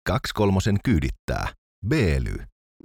2/3 kyydittää. Beely.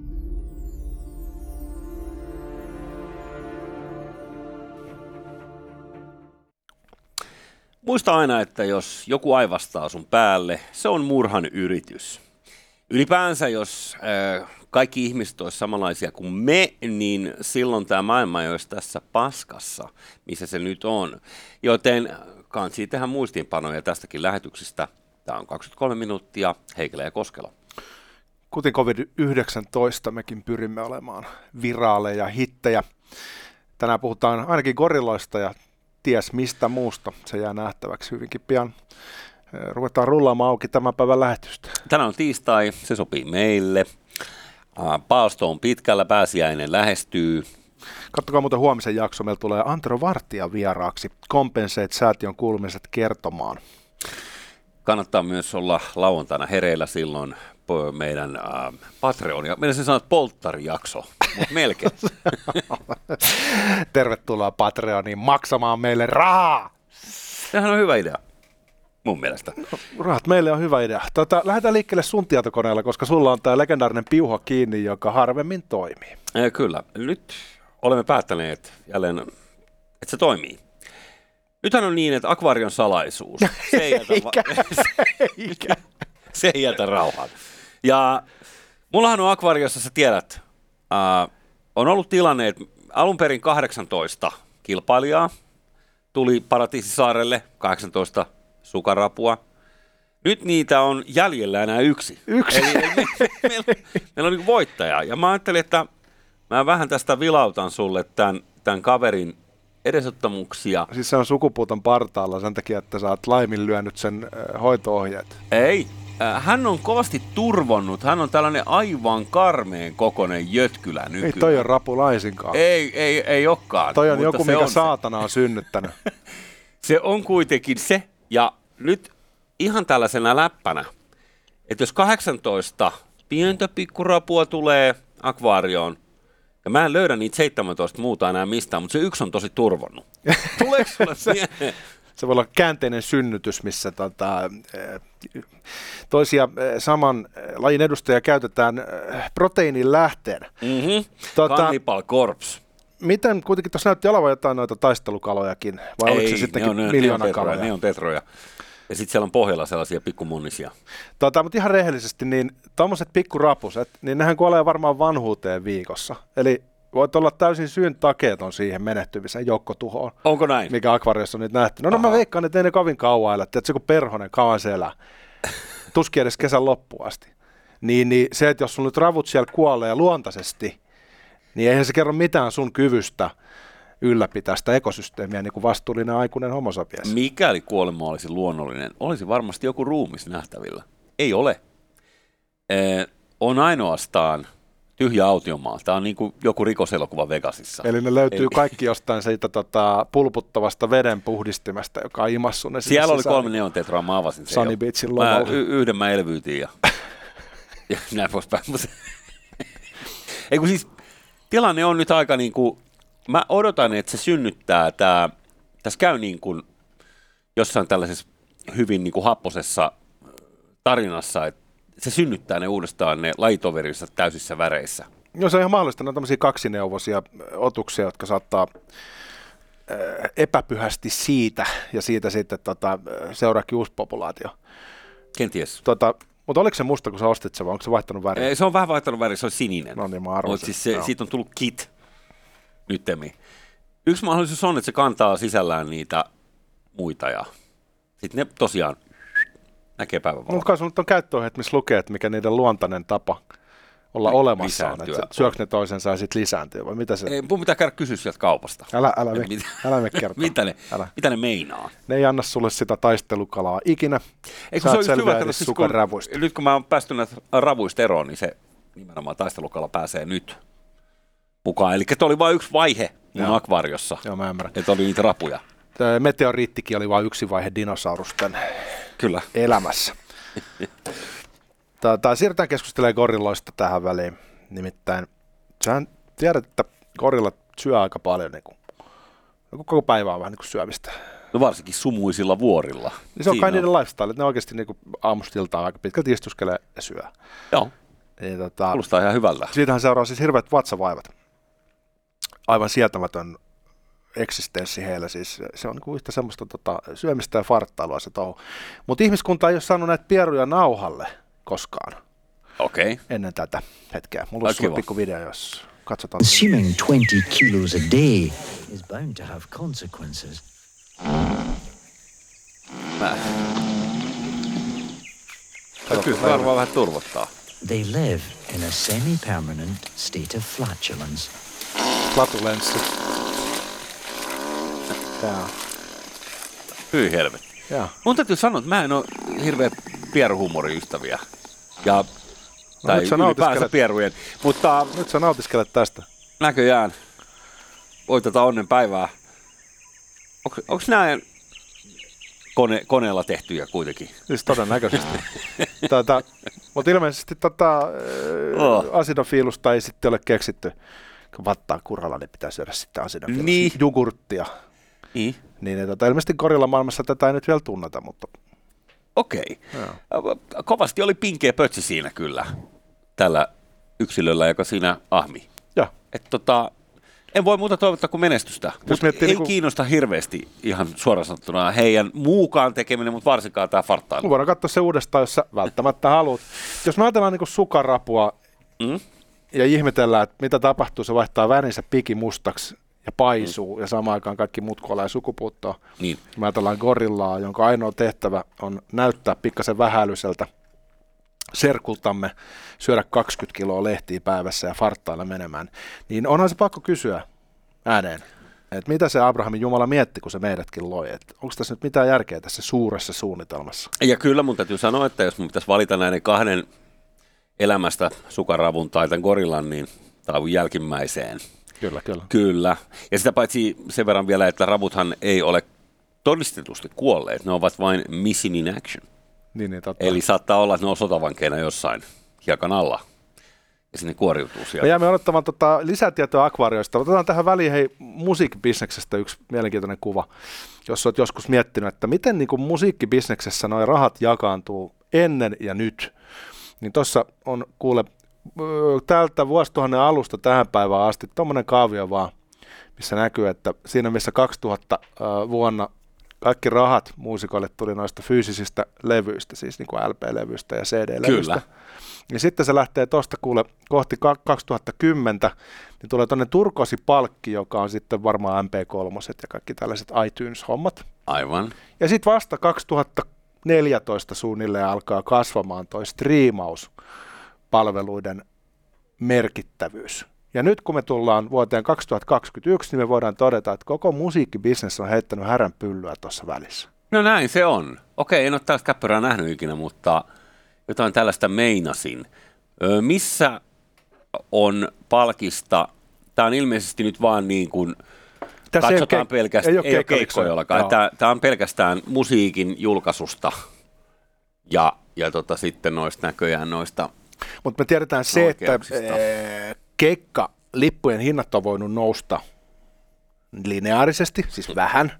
Muista aina, että jos joku aivastaa sun päälle, se on murhan yritys. Ylipäänsä, jos kaikki ihmiset olisivat samanlaisia kuin me, niin silloin tämä maailma ei olisi tässä paskassa, missä se nyt on. Joten kansi tehdä muistiinpanoja tästäkin lähetyksestä. Tämä on 23 minuuttia, Heikelä ja Koskelo. Kuten COVID-19 mekin pyrimme olemaan viraaleja hittejä. Tänään puhutaan ainakin gorilloista ja ties mistä muusta. Se jää nähtäväksi hyvinkin pian. Ruvetaan rullaamaan auki tämän päivän lähetystä. Tänään on tiistai, se sopii meille. Paasto on pitkällä, pääsiäinen lähestyy. Katsokaa muuten huomisen jakso. Meillä tulee Antero Vartija vieraaksi Compensate-säätiön kuulumiset kertomaan. Kannattaa myös olla lauantaina hereillä silloin meidän Patreon, meidän se sanoo polttarijakso, mutta melkein. Tervetuloa Patreoniin maksamaan meille rahaa! Sehän on hyvä idea, mun mielestä. Rahat meille on hyvä idea. Lähdetään liikkeelle sun tietokoneella, koska sulla on tämä legendaarinen piuha kiinni, joka harvemmin toimii. Kyllä. Nyt olemme päättäneet jälleen, että se toimii. Nythän on niin, että akvaarion salaisuus. Se ei jätä rauhaan. Ja mullahan on akvaariossa, sä tiedät, on ollut tilanne, että alun perin 18 kilpailijaa tuli Paratiisisaarelle, 18 sukarapua. Nyt niitä on jäljellä enää yksi. Eli meillä on niin voittaja. Ja mä ajattelin, että mä vähän tästä vilautan sulle tämän kaverin edesottamuksia. Siis se on sukupuuton partaalla sen takia, että sä oot laiminlyönyt sen hoito-ohjeet. Ei. Hän on kovasti turvonnut. Hän on tällainen aivan karmeen kokoinen jötkylä nykyään. Ei toi on rapu laisinkaan. Ei olekaan. Toi on joku, mikä saatana on synnyttänyt. Se on kuitenkin se. Ja nyt ihan tällaisena läppänä, että jos 18 pientä pikkurapua tulee akvaarioon, ja mä en löydä niitä 17 muuta enää mistään, mutta se yksi on tosi turvonnut. Tuleeko sulle mieleen? Se voi olla käänteinen synnytys, missä toisia saman lajin edustajia käytetään proteiinin lähteenä. Cannibal Corpse. Miten kuitenkin tuossa näytti olevan jotain noita taistelukalojakin, vai oliko se sittenkin miljoonakaloja? Ne on tetroja. Ja sitten siellä on pohjalla sellaisia pikkumunisia. Mutta ihan rehellisesti, niin tuommoiset pikkurapuset, niin nehän kuolee varmaan vanhuuteen viikossa. Eli voit olla täysin syyn takeeton siihen menehtymisen joukkotuhoon. Onko näin? Mikä akvaariossa on nyt nähty. No mä veikkaan, että ei ne kovin kauan elä. Tiedätkö, kun perhonen kauan se elää. Tuskin edes kesän loppuun asti. Niin se, että jos sun nyt ravut siellä kuolee luontaisesti, niin eihän se kerro mitään sun kyvystä ylläpitää sitä ekosysteemiä niin kuin vastuullinen aikuinen homo sapiens. Mikäli kuolema olisi luonnollinen, olisi varmasti joku ruumis nähtävillä. Ei ole. On ainoastaan tyhjä autiomaa. Tämä on niin kuin joku rikoselokuva Vegasissa. Eli ne löytyy kaikki jostain siitä pulputtavasta veden puhdistimesta, joka on imassu ne siellä oli 3 neontetroa, mä avasin sen. Sunny Beachin lomalla. Yhden mä elvyytin ja näin poispäin. Ei kun siis tilanne on nyt aika niin kuin, mä odotan, että se synnyttää tässä käy niin kuin jossain tällaisessa hyvin niin kuin happosessa tarinassa, että se synnyttää ne uudestaan ne lajitoverinsa täysissä väreissä. Joo, se on ihan mahdollista. Ne on tämmöisiä kaksineuvoisia otuksia, jotka saattaa epäpyhästi siitä ja siitä sitten seuraakin uusi populaatio. Kenties. Mutta oliko se musta, kun sä ostit se, vai onko se vaihtanut väriä? Ei, se on vähän vaihtanut väriä, se on sininen. No niin, mä arvasin. Siis siitä on tullut kit nyttemmin. Yksi mahdollisuus on, että se kantaa sisällään niitä muita ja sitten ne tosiaan näkee päivävaloa. Mutta kai sun on käyttöohjeet, missä lukee, että mikä niiden luontainen tapa olla olemassa on, että syökö ne toisensa ja sitten lisääntyy, vai mitä se? Ei, mun pitää käydä kysyä sieltä kaupasta. Älä me kertoa. Mitä ne meinaa? Ne ei anna sulle sitä taistelukalaa ikinä. Sä et selviä edes sukan ravuista. Nyt kun mä oon päästynyt ravuista eroon, niin se nimenomaan taistelukala pääsee nyt mukaan. Eli oli vain yksi vaihe mun akvaariossa. Joo, mä ymmärrän. Että oli niitä rapuja. Meteoriittikin oli vain yksi vaihe dinosaurusten elämässä. Siirrytään keskustelemaan gorilloista tähän väliin. Nimittäin sähän tiedät, että gorillat syö aika paljon, niin kuin koko päivä on vähän niin kuin syömistä. No varsinkin sumuisilla vuorilla. Niin se on kai niiden lifestyle, että ne oikeasti niin aamustiltaan aika pitkälti istuskelee ja syö. Joo, Niin, kuulostaa ihan hyvältä. siitähän seuraa siis hirveät vatsavaivat. Aivan sietämätön eksistenssi heillä, siis se on niin yhtä semmoista syömistä ja farttailua se touhu. Mutta ihmiskunta ei ole saanut näitä pieruja nauhalle koskaan ennen tätä hetkeä. Mulla on sulla pikku video, jos katsotaan. Consuming 20 kilos a day is bound to have consequences. Kyllä varmaan vähän turvottaa. They live in a semi-permanent state of flatulence. Flatulenssi. Jaa. Hyi helvetti. Jaa. Mun täytyy sanoa, että mä en ole hirveä pieruhumoriystäviä. Ja, tai ylipäänsä pierujen. Mutta nyt sä nautiskelet tästä. Näköjään. Voitetaan onnen päivää. Onko nämä koneella tehtyjä kuitenkin? Siis todennäköisesti. Mutta ilmeisesti asidofiilusta ei sitten ole keksitty. Kun vattaa kuralla, niin pitää syödä sitten asidofiilusta. Niin. Jogurttia. Niin. Ilmeisesti gorillamaailmassa tätä ei nyt vielä tunneta, mutta... Okei. Kovasti oli pinkeä pötsi siinä kyllä, tällä yksilöllä, joka siinä ahmi. Joo. En voi muuta toivottaa kuin menestystä, mutta ei kiinnosta hirveästi ihan suoraan sanottuna heidän muukaan tekeminen, mutta varsinkaan tämä farttailu. Voidaan katsoa se uudestaan, jos sä välttämättä haluat. Jos me ajatellaan niin sukarapua ja ihmetellään, että mitä tapahtuu, se vaihtaa värinsä pikimustaksi ja paisuu ja samaan aikaan kaikki muut kuolee sukupuuttoon. Niin. Me ajatellaan gorillaa, jonka ainoa tehtävä on näyttää pikkasen vähäilyseltä serkultamme, syödä 20 kiloa lehtiä päivässä ja farttailla menemään, niin onhan se pakko kysyä ääneen, että mitä se Abrahamin Jumala mietti, kun se meidätkin loi, että onko tässä nyt mitään järkeä tässä suuressa suunnitelmassa? Ja kyllä mun täytyy sanoa, että jos mun pitäisi valita näiden kahden elämästä, sukaravun tai tämän gorillan, niin taivun jälkimmäiseen. Kyllä. Ja sitä paitsi sen verran vielä, että ravuthan ei ole todistetusti kuolleet, ne ovat vain missing in action. Niin, totta. Eli saattaa olla, että ne on sotavankeina jossain hiekan alla ja sinne kuoriutuu sieltä. Me jäämme odottamaan lisätietoa akvaarioista. Otetaan tähän väliin musiikkibisneksestä yksi mielenkiintoinen kuva, jos olet joskus miettinyt, että miten niin kuin musiikkibisneksessä nuo rahat jakaantuu ennen ja nyt. Niin tuossa on kuule tältä vuosituhannen alusta tähän päivään asti tuommoinen kaavio vaan, missä näkyy, että siinä missä 2000 vuonna kaikki rahat muusikoille tuli noista fyysisistä levyistä, siis niin kuin LP-levyistä ja CD-levyistä. Kyllä. Ja sitten se lähtee tuosta kuule kohti 2010, niin tulee tuonne turkoosipalkki, joka on sitten varmaan MP3 ja kaikki tällaiset iTunes-hommat. Aivan. Ja sitten vasta 2014 suunnilleen alkaa kasvamaan toi striimauspalveluiden merkittävyys. Ja nyt kun me tullaan vuoteen 2021, niin me voidaan todeta, että koko musiikkibisnes on heittänyt häränpyllyä tuossa välissä. No näin se on. Okei, en ole tällaista käppyrää nähnyt ikinä, mutta jotain tällaista meinasin. Missä on palkista? Tämä on ilmeisesti nyt vaan niin kuin, katsotaan pelkästään, ei ole keikkoja. Tämä on pelkästään musiikin julkaisusta ja sitten noista näköjään noista. Mutta me tiedetään se, että keikkalippujen hinnat on voinut nousta lineaarisesti, siis vähän,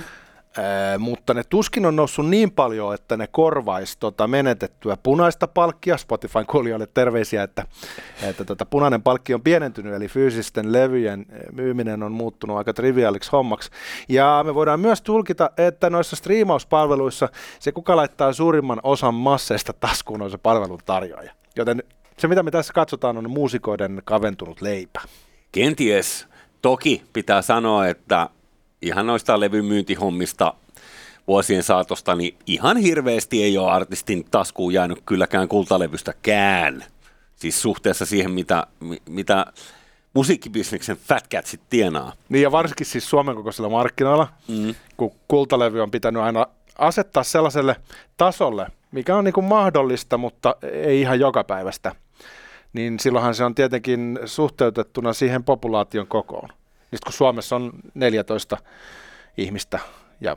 mutta ne tuskin on noussut niin paljon, että ne korvaisi menetettyä punaista palkkia. Spotifyn kuulijoille terveisiä, että punainen palkki on pienentynyt, eli fyysisten levyjen myyminen on muuttunut aika triviaaliksi hommaksi. Ja me voidaan myös tulkita, että noissa striimauspalveluissa se, kuka laittaa suurimman osan masseista taskuun, on se palvelun tarjoaja. Joten se, mitä me tässä katsotaan, on muusikoiden kaventunut leipä. Kenties. Toki pitää sanoa, että ihan noista levymyyntihommista vuosien saatosta, niin ihan hirveästi ei ole artistin taskuun jäänyt kylläkään kultalevystäkään. Siis suhteessa siihen, mitä musiikkibisneksen fat catsit tienaa. Niin ja varsinkin siis Suomen kokoisilla markkinoilla, kun kultalevy on pitänyt aina asettaa sellaiselle tasolle, mikä on niin kuin mahdollista, mutta ei ihan jokapäiväistä, niin silloinhan se on tietenkin suhteutettuna siihen populaation kokoon. Nyt kun Suomessa on 14 ihmistä ja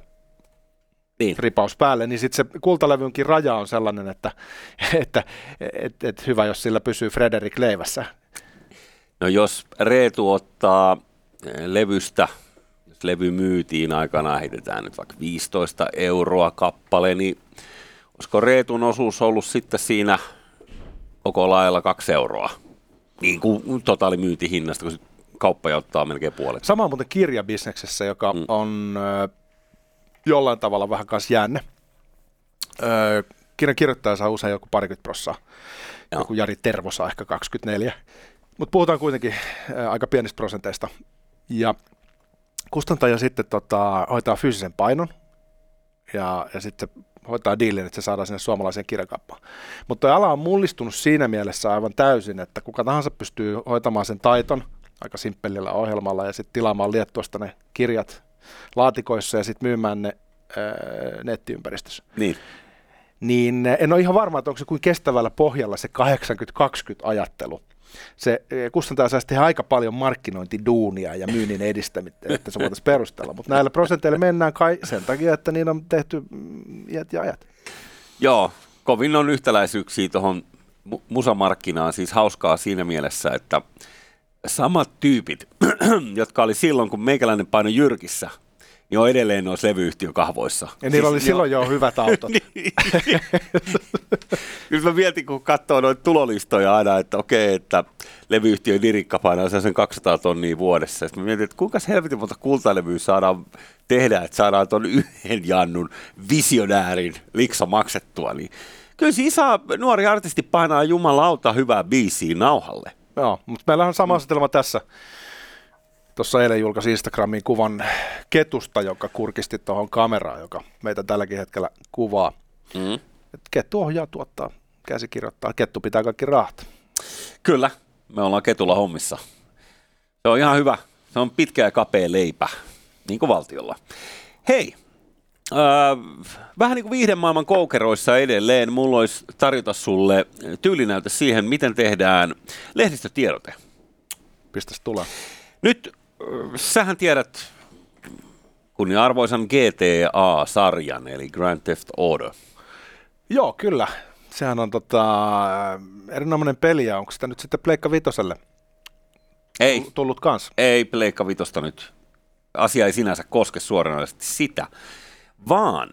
ripaus päälle, niin sitten se kultalevynkin raja on sellainen, että hyvä, jos sillä pysyy Frederik leivässä. No jos Reetu ottaa levystä, jos jos levy myytiin aikanaan, heitetään nyt vaikka 15 € kappale, niin olisiko Reetun osuus ollut sitten siinä koko lailla 2 €? Niin kuin totaalimyyntihinnasta, kun kauppa ottaa melkein puolet. Sama on muuten kirjabisneksessä, joka on jollain tavalla vähän kanssa jäänne. Kirjan kirjoittaja saa usein joku 20%. Joku Jari Tervo saa ehkä 24. Mutta puhutaan kuitenkin aika pienistä prosenteista. Ja kustantaja sitten hoitaa fyysisen painon ja sitten hoitaa diilin, että se saadaan sinne suomalaiseen kirjakauppaan. Mutta ala on mullistunut siinä mielessä aivan täysin, että kuka tahansa pystyy hoitamaan sen taiton aika simppelillä ohjelmalla ja sitten tilaamaan Liettuosta ne kirjat laatikoissa ja sitten myymään ne nettiympäristössä. Niin en ole ihan varma, että onko se kuin kestävällä pohjalla se 80-20 ajattelu. Se kustantaja saisi tehdä aika paljon markkinointiduunia ja myynnin edistämistä, että se voitaisiin perustella. Mutta näillä prosenteilla mennään kai sen takia, että niin on tehty iät ja ajat. Joo, kovin on yhtäläisyyksiä tuohon musamarkkinaan. Siis hauskaa siinä mielessä, että samat tyypit, jotka oli silloin, kun meikäläinen painoi Jyrkissä, niin on edelleen noissa levyyhtiökahvoissa. Ja niillä oli silloin jo hyvät autot. Kyllä mä mietin, kun katsoo noita tulolistoja aina, että okei, että levyyhtiön lirikka painaa sen 200 tonnia vuodessa. Sitten mä mietin, että kuinka helvetin monta kultalevyä saadaan tehdä, että saadaan ton yhden jannun visionäärin liksa maksettua. Niin kyllä siis nuori artisti painaa jumalauta hyvää biisiä nauhalle. Joo, mutta meillä on sama asetelma tässä. Tuossa eilen julkaisi Instagramiin kuvan ketusta, joka kurkisti tuohon kameraan, joka meitä tälläkin hetkellä kuvaa. Kettu ohjaa, tuottaa, käsikirjoittaa. Kettu pitää kaikki rahat. Kyllä, me ollaan ketulla hommissa. Se on ihan hyvä. Se on pitkä ja kapea leipä, niin kuin valtiolla. Hei, vähän niin kuin viihdemaailman koukeroissa edelleen, mulla olisi tarjota sulle tyylinäyte siihen, miten tehdään lehdistötiedote. Pistäs tulee. Nyt sähän tiedät kunnia-arvoisan GTA-sarjan, eli Grand Theft Auto. Joo, kyllä. Sehän on erinomainen peli, ja onko sitä nyt sitten Pleikka Vitoselle tullut kanssa? Ei Pleikka Vitosta nyt. Asia ei sinänsä koske suoranaisesti sitä, vaan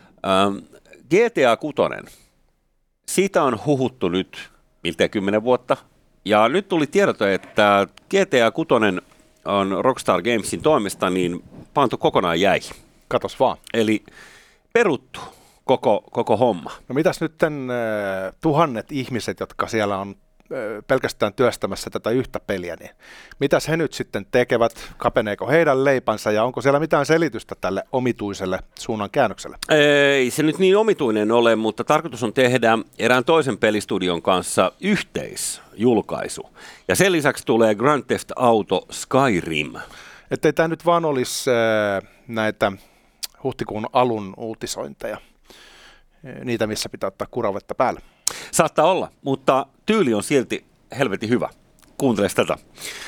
GTA 6, siitä on huhuttu nyt miltei 10 vuotta, ja nyt tuli tiedote, että GTA 6 on Rockstar Gamesin toimesta niin pantu kokonaan jäihin. Katos vaan. Eli peruttu koko homma. No mitäs nyt tuhannet ihmiset, jotka siellä on pelkästään työstämässä tätä yhtä peliä, niin mitäs he nyt sitten tekevät? Kapeneeko heidän leipänsä ja onko siellä mitään selitystä tälle omituiselle suunnan käännökselle? Ei se nyt niin omituinen ole, mutta tarkoitus on tehdä erään toisen pelistudion kanssa yhteisjulkaisu. Ja sen lisäksi tulee Grand Theft Auto Skyrim. Että ei tämä nyt vaan olisi näitä huhtikuun alun uutisointeja, niitä missä pitää ottaa kuravetta päälle. Saattaa olla, mutta tyyli on silti helvetin hyvä. Kuuntele tätä.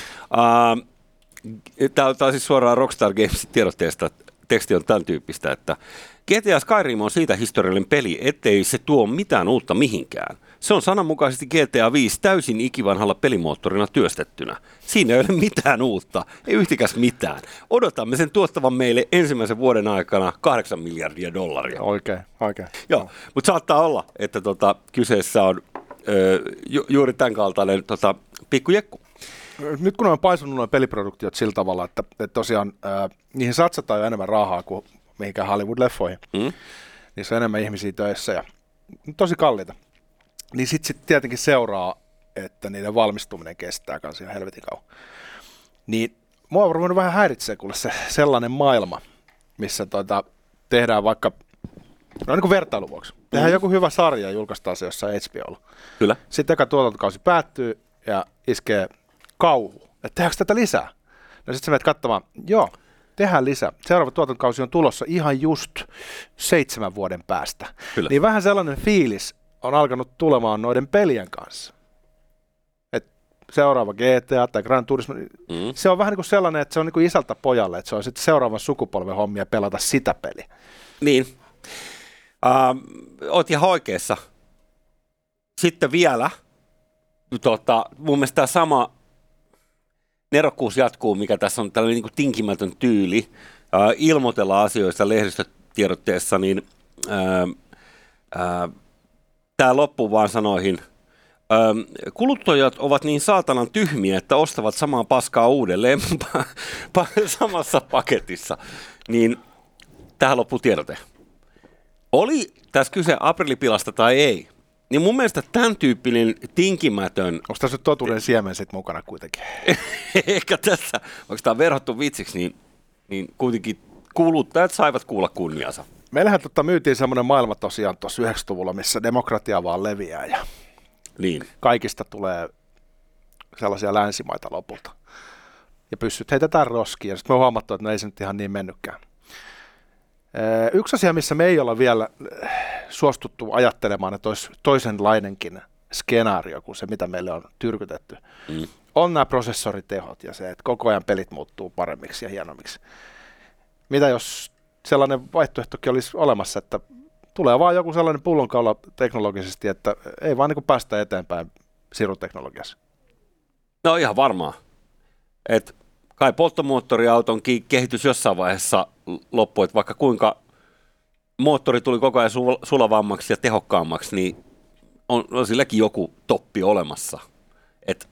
Tämä on siis suoraan Rockstar Gamesin tiedotteesta. Teksti on tämän tyyppistä, että GTA Skyrim on siitä historiallinen peli, ettei se tuo mitään uutta mihinkään. Se on sananmukaisesti GTA 5 täysin ikivanhalla pelimoottorina työstettynä. Siinä ei ole mitään uutta, ei yhtikäs mitään. Odotamme sen tuottavan meille ensimmäisen vuoden aikana $8 miljardia. Oikein. Joo, mutta saattaa olla, että kyseessä on juuri tämän kaltainen pikkujekku. Nyt kun on paisunut nuo peliproduktiot sillä tavalla, että tosiaan niihin satsataan jo enemmän rahaa kuin mihinkään Hollywood-leffoihin. Niissä on enemmän ihmisiä töissä ja tosi kalliita. Niin sitten tietenkin seuraa, että niiden valmistuminen kestää kanssa ihan helvetin kauan. Niin mua on ruvennut vähän häiritsee kuule se sellainen maailma, missä tehdään vaikka, no niin kuin vertailun vuoksi, tehdään joku hyvä sarja ja julkaistaan se jossain HBOlla. Kyllä. Sitten eka tuotantokausi päättyy ja iskee kauhu, että tehdäänkö tätä lisää? No sitten sä menet katsomaan, joo, tehdään lisää. Seuraava tuotantokausi on tulossa ihan just 7 vuoden päästä. Kyllä. Niin vähän sellainen fiilis on alkanut tulemaan noiden pelien kanssa. Et seuraava GTA tai Gran Turismo, se on vähän niin kuin sellainen, että se on niin kuin isältä pojalle, että se on sitten seuraavan sukupolven hommia pelata sitä peliä. Niin. Oot ihan oikeassa. Sitten vielä, mun mielestä tämä sama nerokkuus jatkuu, mikä tässä on tällainen niin kuin tinkimätön tyyli, ilmoitella asioista lehdistötiedotteessa, niin tämä loppuu vaan sanoihin. Kuluttajat ovat niin saatanan tyhmiä, että ostavat samaa paskaa uudelleen samassa paketissa. Niin tähän loppuu tiedote. Oli tässä kyse aprilipilasta tai ei, niin mun mielestä tämän tyyppinen tinkimätön... Onko tässä nyt totuuden siemen sit mukana kuitenkin? Ehkä tässä, vaikka tämä on verhottu vitsiksi, niin kuitenkin kuluttajat saivat kuulla kunniansa. Meillähän myytiin semmoinen maailma tosiaan tuossa 90-luvulla, missä demokratia vaan leviää ja Niin. kaikista tulee sellaisia länsimaita lopulta. Ja pyssyt heitetään roskiin ja sitten me on huomattu, että no ei se nyt ihan niin mennytkään. Yksi asia, missä me ei olla vielä suostuttu ajattelemaan, että olisi toisenlainenkin skenaario kuin se, mitä meille on tyrkytetty, on nämä prosessoritehot ja se, että koko ajan pelit muuttuu paremmiksi ja hienommiksi. Mitä jos sellainen vaihtoehtokin olisi olemassa, että tulee vaan joku sellainen pullonkaula teknologisesti, että ei vaan niin kuin päästä eteenpäin siruteknologiassa? No ihan varmaan. Et kai polttomoottoriauton kehitys jossain vaiheessa loppui, että vaikka kuinka moottori tuli koko ajan sulavammaksi ja tehokkaammaksi, niin on silläkin joku toppi olemassa. Et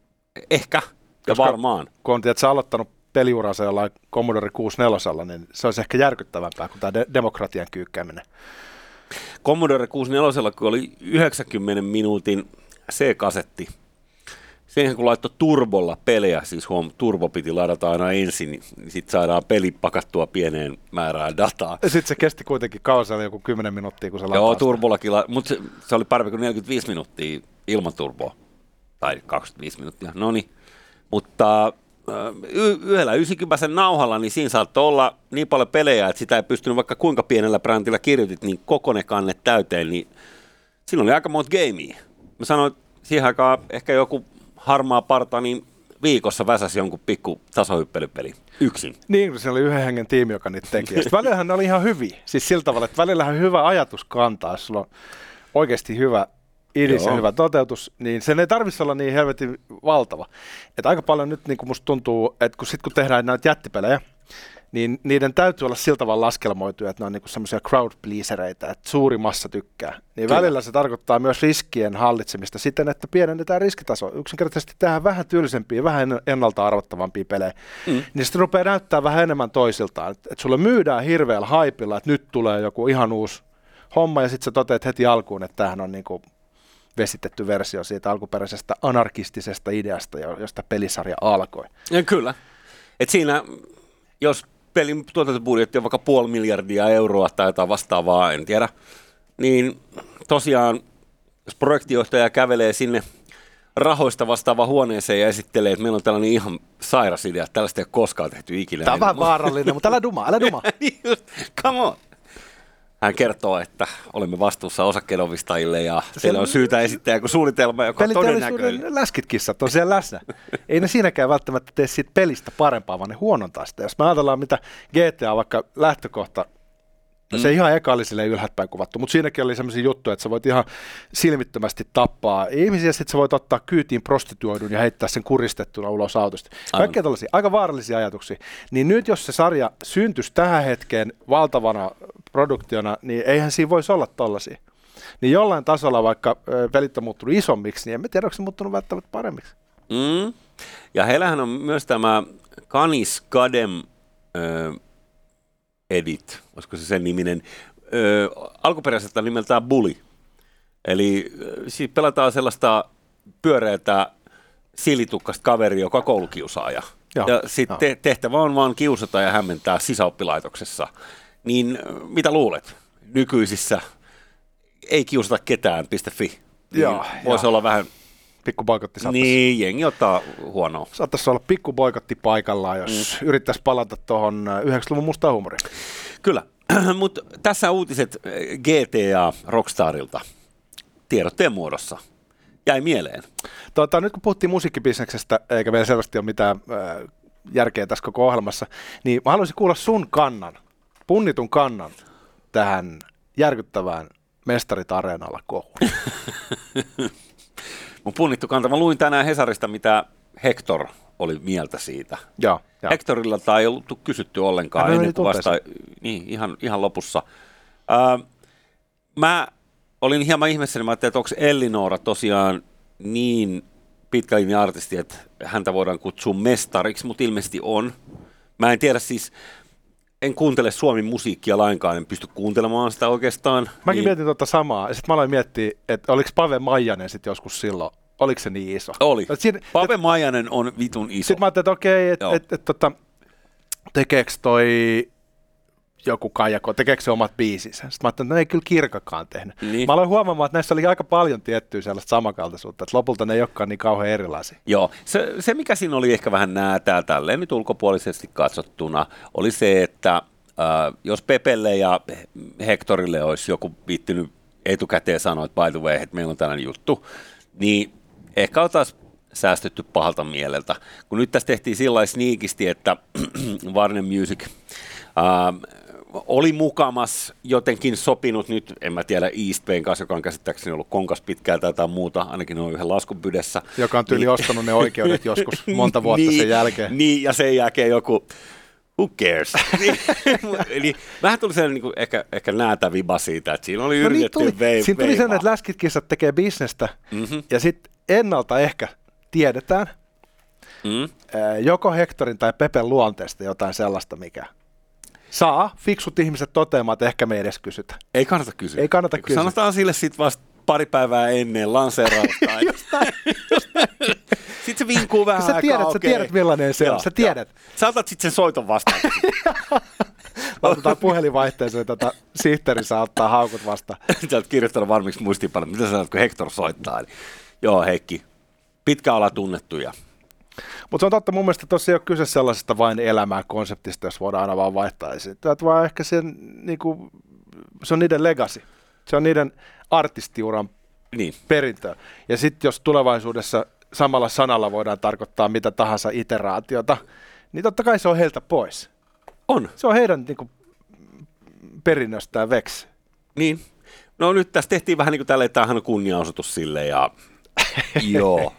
ehkä ja varmaan. Kun on tietysti aloittanut peliuransa jollain Commodore 64, niin se olisi ehkä järkyttävämpää kuin tämä demokratian kyykkääminen. Commodore 64, kun oli 90 minuutin C-kasetti, siihen kun laittoi turbolla pelejä, siis turbo piti ladata aina ensin, niin sitten saadaan peli pakattua pieneen määrään dataa. Sitten se kesti kuitenkin kauan, se oli joku 10 minuuttia, kun se lataa. Joo, turbollakin, mutta se oli parempi kuin 45 minuuttia ilman turboa, tai 25 minuuttia, no niin. Mutta yhdellä 90 nauhalla, niin siinä saattoi olla niin paljon pelejä, että sitä ei pystynyt vaikka kuinka pienellä brändillä kirjoitit, niin kokonekannet täyteen, niin siinä oli aika monta gamea. Mä sanoin, että siihen aikaan ehkä joku harmaa parta, niin viikossa väsäsi jonkun pikku tasohyppelypeli yksin. Niin, se oli yhden hengen tiimi, joka niitä teki. Sitten välillähän ne oli ihan hyviä. Siis sillä tavalla, että välillähän hyvä ajatus kantaa, jos sulla on oikeasti hyvä idis ja hyvä toteutus, niin sen ei tarvitse olla niin helvetin valtava. Että aika paljon nyt niin kuin musta tuntuu, että kun tehdään näitä jättipelejä, niin niiden täytyy olla sillä tavalla laskelmoituja, että ne on niin semmoisia crowd pleasereita, että suuri massa tykkää. Niin välillä se tarkoittaa myös riskien hallitsemista siten, että pienennetään riskitasoa. Yksinkertaisesti tehdään vähän tyylisempiä, vähän ennalta arvattavampia pelejä. Niin sitten rupeaa näyttää vähän enemmän toisiltaan. Että sulle myydään hirveällä haipilla, että nyt tulee joku ihan uusi homma, ja sitten sä toteat heti alkuun, että tämähän on niin kuin vesitetty versio siitä alkuperäisestä anarkistisesta ideasta, josta pelisarja alkoi. Ja kyllä. Et siinä, jos pelin tuotantobudjetti on vaikka 500 miljardia euroa tai jotain vastaavaa, en tiedä, niin tosiaan, jos projektijohtaja kävelee sinne rahoista vastaavaan huoneeseen ja esittelee, että meillä on tällainen ihan sairas idea, että tällaista ei ole koskaan tehty ikinä. Tämä on vähän vaarallinen, mutta älä duma. Just, come on. Hän kertoo, että olemme vastuussa osakkeenomistajille ja teillä on syytä esittää joku suunnitelma, joka on todennäköinen. Läskitkissat on siellä läsnä. Ei ne siinäkään välttämättä tee siitä pelistä parempaa, vaan ne huonontaa sitä. Jos me ajatellaan, mitä GTA vaikka lähtökohta, se ihan eka oli silleen ylhäältäpäin kuvattu, mutta siinäkin oli sellaisia juttuja, että sä voit ihan silmittömästi tappaa ihmisiä, sitten sä voit ottaa kyytiin prostituoidun ja heittää sen kuristettuna ulos autosta. Kaikkea tällaisia aika vaarallisia ajatuksia. Niin nyt jos se sarja syntyisi tähän hetkeen valtavana produktiona, niin eihän siinä voisi olla tollaisia. Niin jollain tasolla, vaikka pelit on muuttunut isommiksi, niin en tiedä, onko se muuttunut välttämättä paremmiksi. Ja heillähän on myös tämä Canis Cadem Edit, olisiko se sen niminen, alkuperäiseltä nimeltään Bully. Eli siitä pelataan sellaista pyöreätä silitukkasta kaveria, joka on koulukiusaaja. Ja sitten tehtävä on vaan kiusata ja hämmentää sisäoppilaitoksessa. Niin mitä luulet? Nykyisissä ei kiusata ketään.fi. Niin voisi olla vähän pikku boikotti saattaisi. Niin, jengi ottaa huonoa. Saattaisi olla pikku boikotti paikallaan, jos yrittäisi palata tuohon 90-luvun mustaan huumoriin. Kyllä, mutta tässä uutiset GTA Rockstarilta tiedotteen muodossa. Jäi mieleen. Nyt kun puhuttiin musiikkibisneksestä, eikä meillä selvästi ole mitään järkeä tässä koko ohjelmassa, niin mä haluaisin kuulla sun kannan, punnitun kannan tähän järkyttävään Mestarit Areenalla kohuun. Mun punnittu kanta. Mä luin tänään Hesarista, mitä Hector oli mieltä siitä. Joo. Hectorilta ei ollut kysytty ollenkaan Hän ennen kuin oli vasta niin, ihan lopussa. Mä olin hieman ihmeessäni, että onko Ellinora tosiaan niin pitkälinjan artisti, että häntä voidaan kutsua mestariksi, mutta ilmeisesti on. Mä en tiedä siis, en kuuntele Suomen musiikkia lainkaan, en pysty kuuntelemaan sitä oikeastaan. Mäkin mietin tuota samaa, ja sitten mä aloin miettiä, että oliko Pave Maijanen sitten joskus silloin, oliko se niin iso? Oli. Pave Maijanen on vitun iso. Sitten mä ajattelin, että okei, tekeekö toi joku Kaijako, tekeekö se omat biisinsä? Sitten mä ajattelin, että ne ei kyllä Kirkakaan tehnyt. Niin. Mä aloin huomaamaan, että näissä oli aika paljon tiettyä sellaista samankaltaisuutta, että lopulta ne ei olekaan niin kauhean erilaisia. Joo, se mikä siinä oli ehkä vähän näätää tälleen nyt ulkopuolisesti katsottuna, oli se, että jos Pepelle ja Hectorille olisi joku viittynyt etukäteen sanoa, että by the way, että meillä on tällainen juttu, niin ehkä oltaisiin säästetty pahalta mieleltä. Kun nyt tässä tehtiin sillä sneakisti, että Warner Music oli mukamas jotenkin sopinut nyt, en mä tiedä, East Bayn kanssa, joka on käsittääkseni ollut konkas pitkään tai jotain muuta, ainakin on yhden laskupydessä. Joka on tyyli ostanut ne oikeudet joskus monta vuotta sen jälkeen. Niin, ja sen jälkeen joku, who cares? Eli vähän tuli sellainen niin ehkä näätä viba siitä, että siinä oli yritetty siinä tuli sellainen, että läskitkissat tekee bisnestä, ja sitten ennalta ehkä tiedetään joko Hectorin tai Pepen luonteesta jotain sellaista, mikä saa fiksut ihmiset toteamaan, että ehkä me ei edes kysytä. Ei kannata kysyä. Ei kannata kysyä. Sanotaan sille sitten vasta pari päivää ennen lanseerausta. Sitten se vinkuu vähän aikaa. Sä tiedät millainen se on. Sä tiedät. Sä otat sitten sen soiton vastaan. Laitetaan puhelinvaihteeseen, sihteeri saa ottaa haukut vastaan. Sä oot kirjoittanut varmiksi muistiinpanoja. Mitä sä sanot, kun Hector soittaa? Niin, joo, Heikki. Pitkä ala tunnettuja. Mutta se on totta, mun mielestä tuossa ei ole kyse sellaisesta vain elämää konseptista, jos voidaan aina vaan vaihtaa esiin. Vaan ehkä niinku, se on niiden legacy. Se on niiden artistiuran perintö. Ja sitten jos tulevaisuudessa samalla sanalla voidaan tarkoittaa mitä tahansa iteraatiota, niin totta kai se on heiltä pois. On. Se on heidän niinku, perinnöstään veksi. Niin. No nyt tässä tehtiin vähän niin kuin tälleen, tämähän on kunniaosoitus sille ja joo.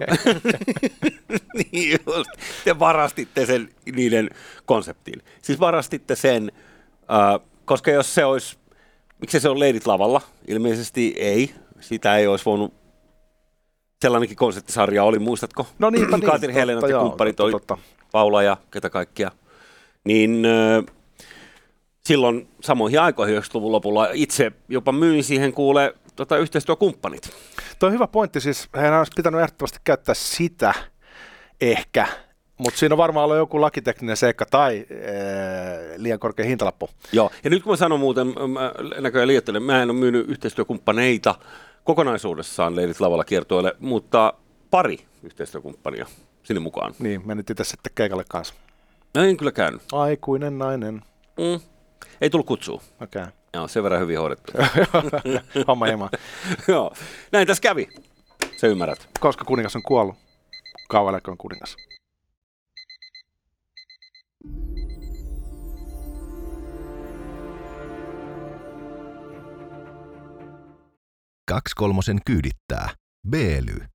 Niin just. Te varastitte sen niiden konseptiin. Siis varastitte sen, koska jos se olisi, miksi se on Leidit lavalla? Ilmeisesti ei. Sitä ei olisi voinut, sellainenkin konseptisarja oli, muistatko? No niinpä niin. Katrin Helenat ja kumppanit oli Paula ja ketä kaikkia. Niin silloin samoihin aikoihin 90-luvun lopulla itse jopa myin siihen kuule yhteistyökumppanit. Tuo on hyvä pointti, siis heidän olisi pitänyt ehdottomasti käyttää sitä ehkä, mutta siinä on varmaan ollut joku lakitekninen seikka tai liian korkea hintalappu. Joo, ja nyt kun mä sanon muuten, näköjään liioittelen, mä en ole myynyt yhteistyökumppaneita kokonaisuudessaan Leidit lavalla kiertueelle, mutta pari yhteistyökumppania sinne mukaan. Niin, menit itse sitten keikalle kanssa. En kyllä käynyt. Aikuinen nainen. Ei tullut kutsua. Okei. Okay. Joo, sen verran hyvin hoidettu. Homma jema. Joo, näin tässä kävi. Se ymmärrät. Koska kuningas on kuollut, kauan on kuningas. Kaksi kolmosen kyydittää. B-ly.